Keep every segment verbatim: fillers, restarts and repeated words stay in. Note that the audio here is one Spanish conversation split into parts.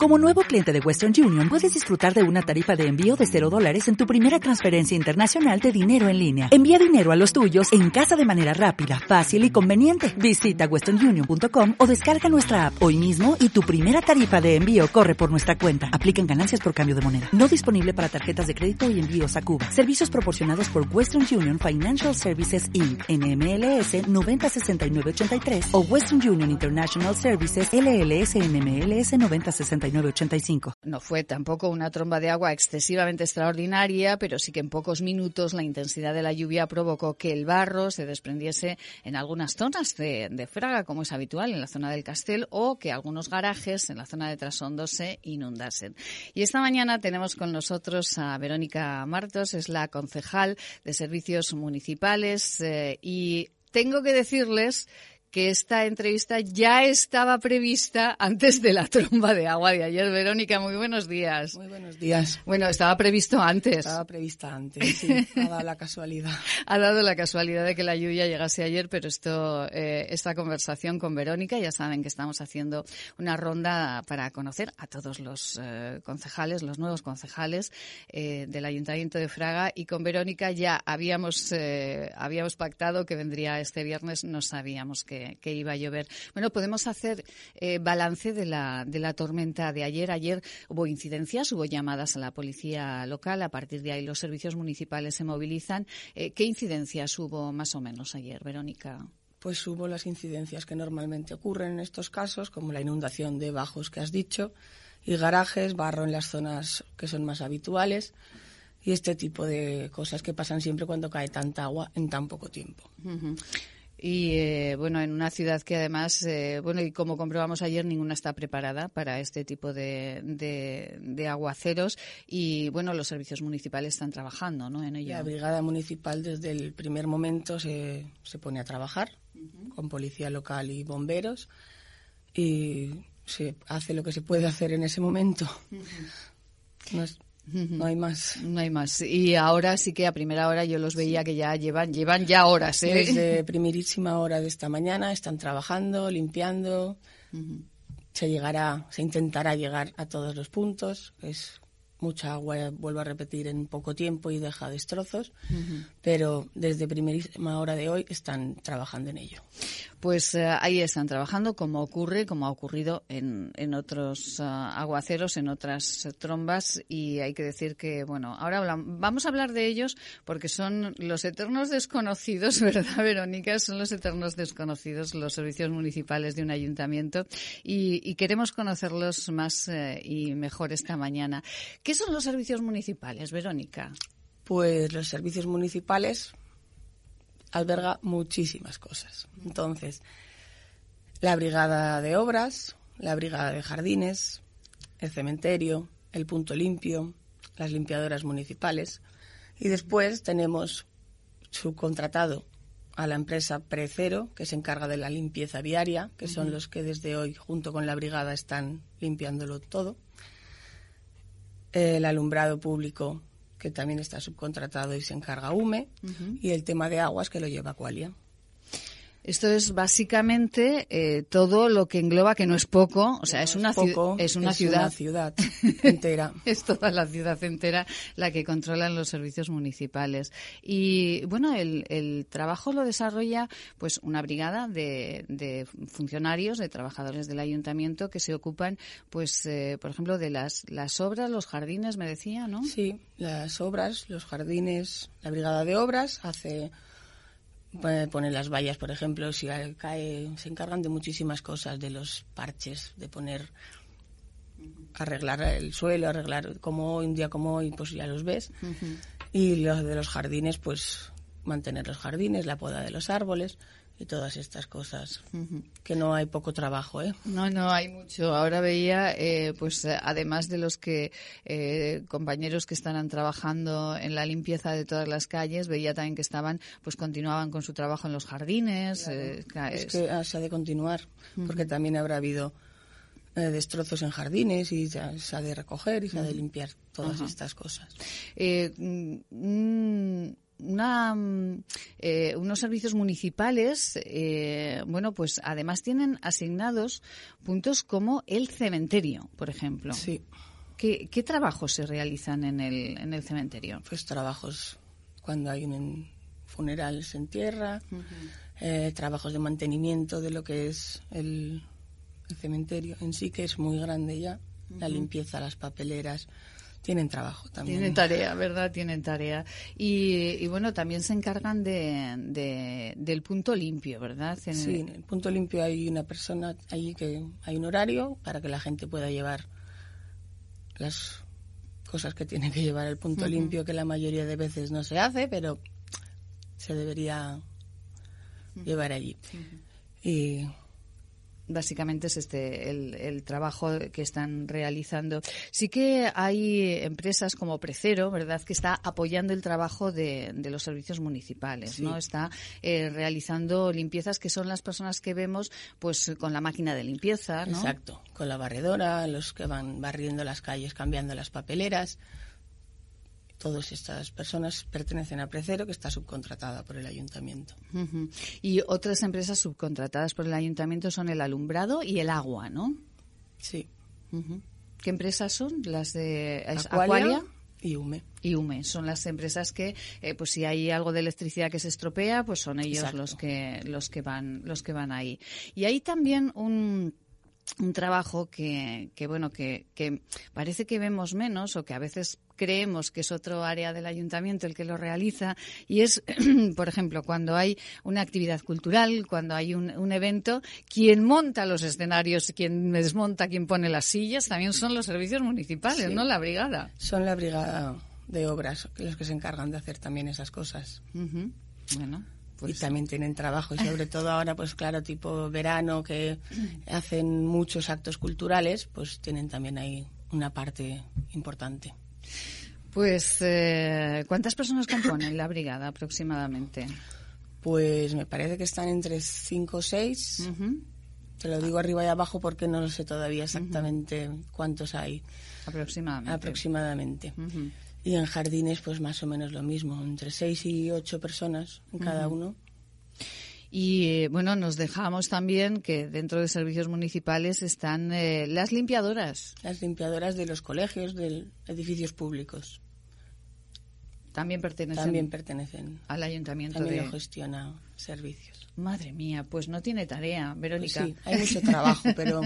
Como nuevo cliente de Western Union, puedes disfrutar de una tarifa de envío de cero dólares en tu primera transferencia internacional de dinero en línea. Envía dinero a los tuyos en casa de manera rápida, fácil y conveniente. Visita western union punto com o descarga nuestra app hoy mismo y tu primera tarifa de envío corre por nuestra cuenta. Aplican ganancias por cambio de moneda. No disponible para tarjetas de crédito y envíos a Cuba. Servicios proporcionados por Western Union Financial Services incorporated. N M L S noventa sesenta y nueve ochenta y tres o Western Union International Services L L S N M L S noventa sesenta y nueve ochenta y cinco. No fue tampoco una tromba de agua excesivamente extraordinaria, pero sí que en pocos minutos la intensidad de la lluvia provocó que el barro se desprendiese en algunas zonas de, de Fraga, como es habitual en la zona del Castel, o que algunos garajes en la zona de Trasondo se inundasen. Y esta mañana tenemos con nosotros a Verónica Martos, es la concejal de Servicios Municipales, eh, y tengo que decirles que esta entrevista ya estaba prevista antes de la tromba de agua de ayer. Verónica, muy buenos días. Muy buenos días. Bueno, estaba previsto antes. Estaba prevista antes, sí. Ha dado la casualidad. Ha dado la casualidad de que la lluvia llegase ayer, pero esto, eh, esta conversación con Verónica, ya saben que estamos haciendo una ronda para conocer a todos los eh, concejales, los nuevos concejales eh, del Ayuntamiento de Fraga, y con Verónica ya habíamos, eh, habíamos pactado que vendría este viernes, no sabíamos que que iba a llover. Bueno, podemos hacer eh, balance de la de la tormenta de ayer. Ayer hubo incidencias, hubo llamadas a la policía local. A partir de ahí los servicios municipales se movilizan. Eh, ¿Qué incidencias hubo más o menos ayer, Verónica? Pues hubo las incidencias que normalmente ocurren en estos casos, como la inundación de bajos que has dicho, y garajes, barro en las zonas que son más habituales, y este tipo de cosas que pasan siempre cuando cae tanta agua en tan poco tiempo. Uh-huh. Y, eh, bueno, en una ciudad que además, eh, bueno, y como comprobamos ayer, ninguna está preparada para este tipo de, de, de aguaceros. Y, bueno, los servicios municipales están trabajando, ¿no?, en ello. La brigada municipal desde el primer momento se, se pone a trabajar, uh-huh, con policía local y bomberos, y se hace lo que se puede hacer en ese momento. Uh-huh. No es... No hay más. No hay más. Y ahora sí que a primera hora yo los veía que ya llevan llevan ya horas, ¿eh? Desde primerísima hora de esta mañana están trabajando, limpiando. Uh-huh. Se llegará, se intentará llegar a todos los puntos. Es mucha agua, vuelvo a repetir, en poco tiempo y deja destrozos. Uh-huh. Pero desde primerísima hora de hoy están trabajando en ello. Pues eh, ahí están trabajando, como ocurre, como ha ocurrido en, en otros uh, aguaceros, en otras uh, trombas, y hay que decir que, bueno, ahora hablamos, vamos a hablar de ellos porque son los eternos desconocidos, ¿verdad, Verónica? Son los eternos desconocidos, los servicios municipales de un ayuntamiento, y, y queremos conocerlos más eh, y mejor esta mañana. ¿Qué son los servicios municipales, Verónica? Pues los servicios municipales alberga muchísimas cosas. Entonces, la brigada de obras, la brigada de jardines, el cementerio, el punto limpio, las limpiadoras municipales, y después tenemos subcontratado a la empresa Precero, que se encarga de la limpieza viaria, que uh-huh, son los que desde hoy, junto con la brigada, están limpiándolo todo. El alumbrado público, que también está subcontratado y se encarga U M E, uh-huh, y el tema de aguas, que lo lleva Qualia. Esto es básicamente eh, todo lo que engloba, que no es poco, o sea, no es, una es, poco, es una es ciudad, una ciudad entera. Es toda la ciudad entera la que controlan los servicios municipales. Y bueno, el, el trabajo lo desarrolla pues una brigada de, de funcionarios, de trabajadores del ayuntamiento que se ocupan, pues, eh, por ejemplo, de las, las obras, los jardines, me decía, ¿no? Sí, las obras, los jardines, la brigada de obras hace... poner las vallas, por ejemplo, si cae, se encargan de muchísimas cosas, de los parches, de poner, arreglar el suelo, arreglar como hoy, un día como hoy, pues ya los ves. Uh-huh. Y los de los jardines, pues mantener los jardines, la poda de los árboles y todas estas cosas, uh-huh, que no hay poco trabajo, ¿eh? No, no hay mucho. Ahora veía, eh, pues además de los que eh, compañeros que están trabajando en la limpieza de todas las calles, veía también que estaban, pues continuaban con su trabajo en los jardines. Claro. Eh, es, es que ah, se ha de continuar, uh-huh, porque también habrá habido eh, destrozos en jardines y ya se ha de recoger y se uh-huh, ha de limpiar todas uh-huh, estas cosas. Eh, mm, una, eh, unos servicios municipales, eh, bueno, pues además tienen asignados puntos como el cementerio, por ejemplo. Sí. ¿Qué, qué trabajos se realizan en el, en el cementerio? Pues trabajos cuando hay un funeral se entierra, uh-huh. eh, trabajos de mantenimiento de lo que es el, el cementerio en sí, que es muy grande ya, uh-huh. la limpieza, las papeleras. Tienen trabajo también. Tienen tarea, ¿verdad? Tienen tarea. Y, y bueno, también se encargan de, de, del punto limpio, ¿verdad? En sí, en el punto limpio hay una persona allí que hay un horario para que la gente pueda llevar las cosas que tiene que llevar el punto uh-huh. limpio, que la mayoría de veces no se hace, pero se debería uh-huh. llevar allí. Uh-huh. Y básicamente es este el, el trabajo que están realizando. Sí que hay empresas como Precero, ¿verdad?, que está apoyando el trabajo de, de los servicios municipales, sí. ¿no? Está eh, realizando limpiezas, que son las personas que vemos pues con la máquina de limpieza, ¿no? Exacto, con la barredora, los que van barriendo las calles, cambiando las papeleras. Todas estas personas pertenecen a Precero, que está subcontratada por el ayuntamiento. Uh-huh. Y otras empresas subcontratadas por el ayuntamiento son el alumbrado y el agua, ¿no? Sí. Uh-huh. ¿Qué empresas son? Las de Aqualia, Aqualia y UME. Y UME son las empresas que, eh, pues si hay algo de electricidad que se estropea, pues son ellos Exacto. los que los que van los que van ahí. Y hay también un un trabajo que, que bueno, que, que parece que vemos menos o que a veces creemos que es otro área del ayuntamiento el que lo realiza, y es, por ejemplo, cuando hay una actividad cultural, cuando hay un, un evento, quien monta los escenarios, quien desmonta, quien pone las sillas, también son los servicios municipales, sí. ¿no? La brigada. Son la brigada de obras los que se encargan de hacer también esas cosas. Uh-huh. Bueno. Pues... Y también tienen trabajo, y sobre todo ahora, pues claro, tipo verano, que hacen muchos actos culturales, pues tienen también ahí una parte importante. Pues, eh, ¿cuántas personas componen la brigada aproximadamente? Pues me parece que están entre cinco o seis. Uh-huh. Te lo digo arriba y abajo porque no lo sé todavía exactamente uh-huh. cuántos hay. Aproximadamente. Aproximadamente. Uh-huh. Y en jardines, pues más o menos lo mismo, entre seis y ocho personas en cada uh-huh. uno. Y, eh, bueno, nos dejamos también que dentro de servicios municipales están eh, las limpiadoras. Las limpiadoras de los colegios, de edificios públicos. También pertenecen, también pertenecen al ayuntamiento. También de... lo gestiona servicios. Madre mía, pues no tiene tarea, Verónica. Pues sí, hay mucho trabajo, pero...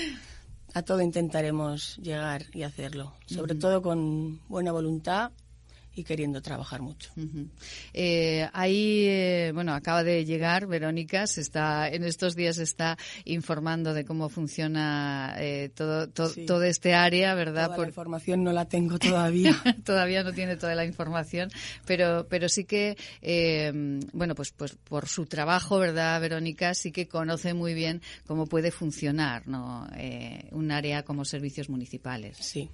A todo intentaremos llegar y hacerlo, sobre uh-huh. todo con buena voluntad y queriendo trabajar mucho. Uh-huh. Eh, ahí, eh, bueno, acaba de llegar Verónica, se está, en estos días se está informando de cómo funciona eh, todo, to, sí. todo este área, ¿verdad? Toda Por... la información no la tengo todavía. Todavía no tiene toda la información, pero, pero sí que, eh, bueno, pues, pues por su trabajo, ¿verdad, Verónica? Sí que conoce muy bien cómo puede funcionar, ¿no? Eh, un área como servicios municipales. Sí.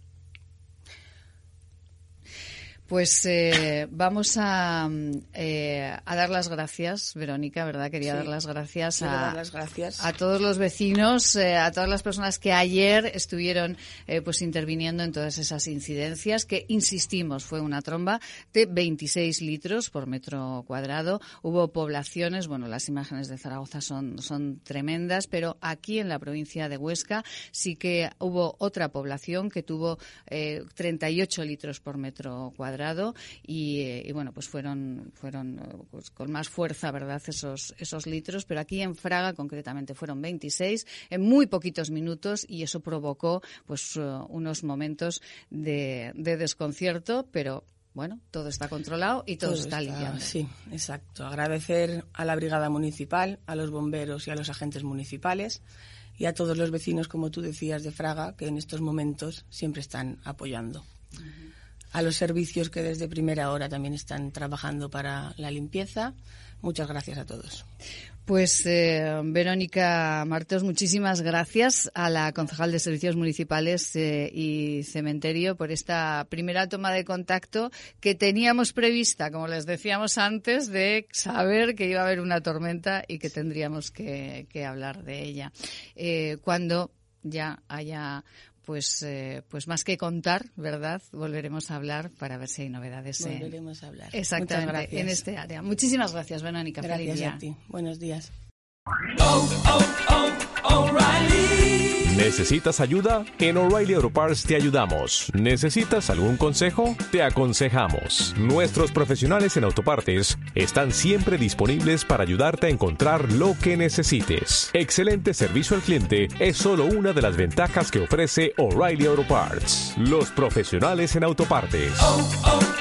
Pues eh, vamos a, eh, a dar las gracias, Verónica, ¿verdad? Quería sí, dar las gracias, a, dar las gracias a todos los vecinos, eh, a todas las personas que ayer estuvieron eh, pues interviniendo en todas esas incidencias, que, insistimos, fue una tromba de veintiséis litros por metro cuadrado. Hubo poblaciones, bueno, las imágenes de Zaragoza son, son tremendas, pero aquí en la provincia de Huesca sí que hubo otra población que tuvo eh, treinta y ocho litros por metro cuadrado. Y, y bueno, pues fueron fueron pues, con más fuerza, ¿verdad?, esos esos litros, pero aquí en Fraga concretamente fueron veintiséis en muy poquitos minutos, y eso provocó pues uh, unos momentos de, de desconcierto, pero bueno, todo está controlado y todo, todo está, está limpiando. Sí, exacto. Agradecer a la Brigada Municipal, a los bomberos y a los agentes municipales y a todos los vecinos, como tú decías, de Fraga, que en estos momentos siempre están apoyando. Uh-huh. A los servicios que desde primera hora también están trabajando para la limpieza. Muchas gracias a todos. Pues eh, Verónica Martos, muchísimas gracias a la concejal de Servicios Municipales eh, y Cementerio por esta primera toma de contacto que teníamos prevista, como les decíamos antes, de saber que iba a haber una tormenta y que tendríamos que, que hablar de ella. Eh, cuando ya haya pues, eh, pues más que contar, ¿verdad? Volveremos a hablar para ver si hay novedades. Volveremos a hablar. Exactamente, en este área. Muchísimas gracias, Verónica. Gracias Feliz día. a ti. Buenos días. Oh, oh, oh, O'Reilly. ¿Necesitas ayuda? En O'Reilly Auto Parts te ayudamos. ¿Necesitas algún consejo? Te aconsejamos. Nuestros profesionales en autopartes están siempre disponibles para ayudarte a encontrar lo que necesites. Excelente servicio al cliente es solo una de las ventajas que ofrece O'Reilly Auto Parts. Los profesionales en autopartes. Oh, oh.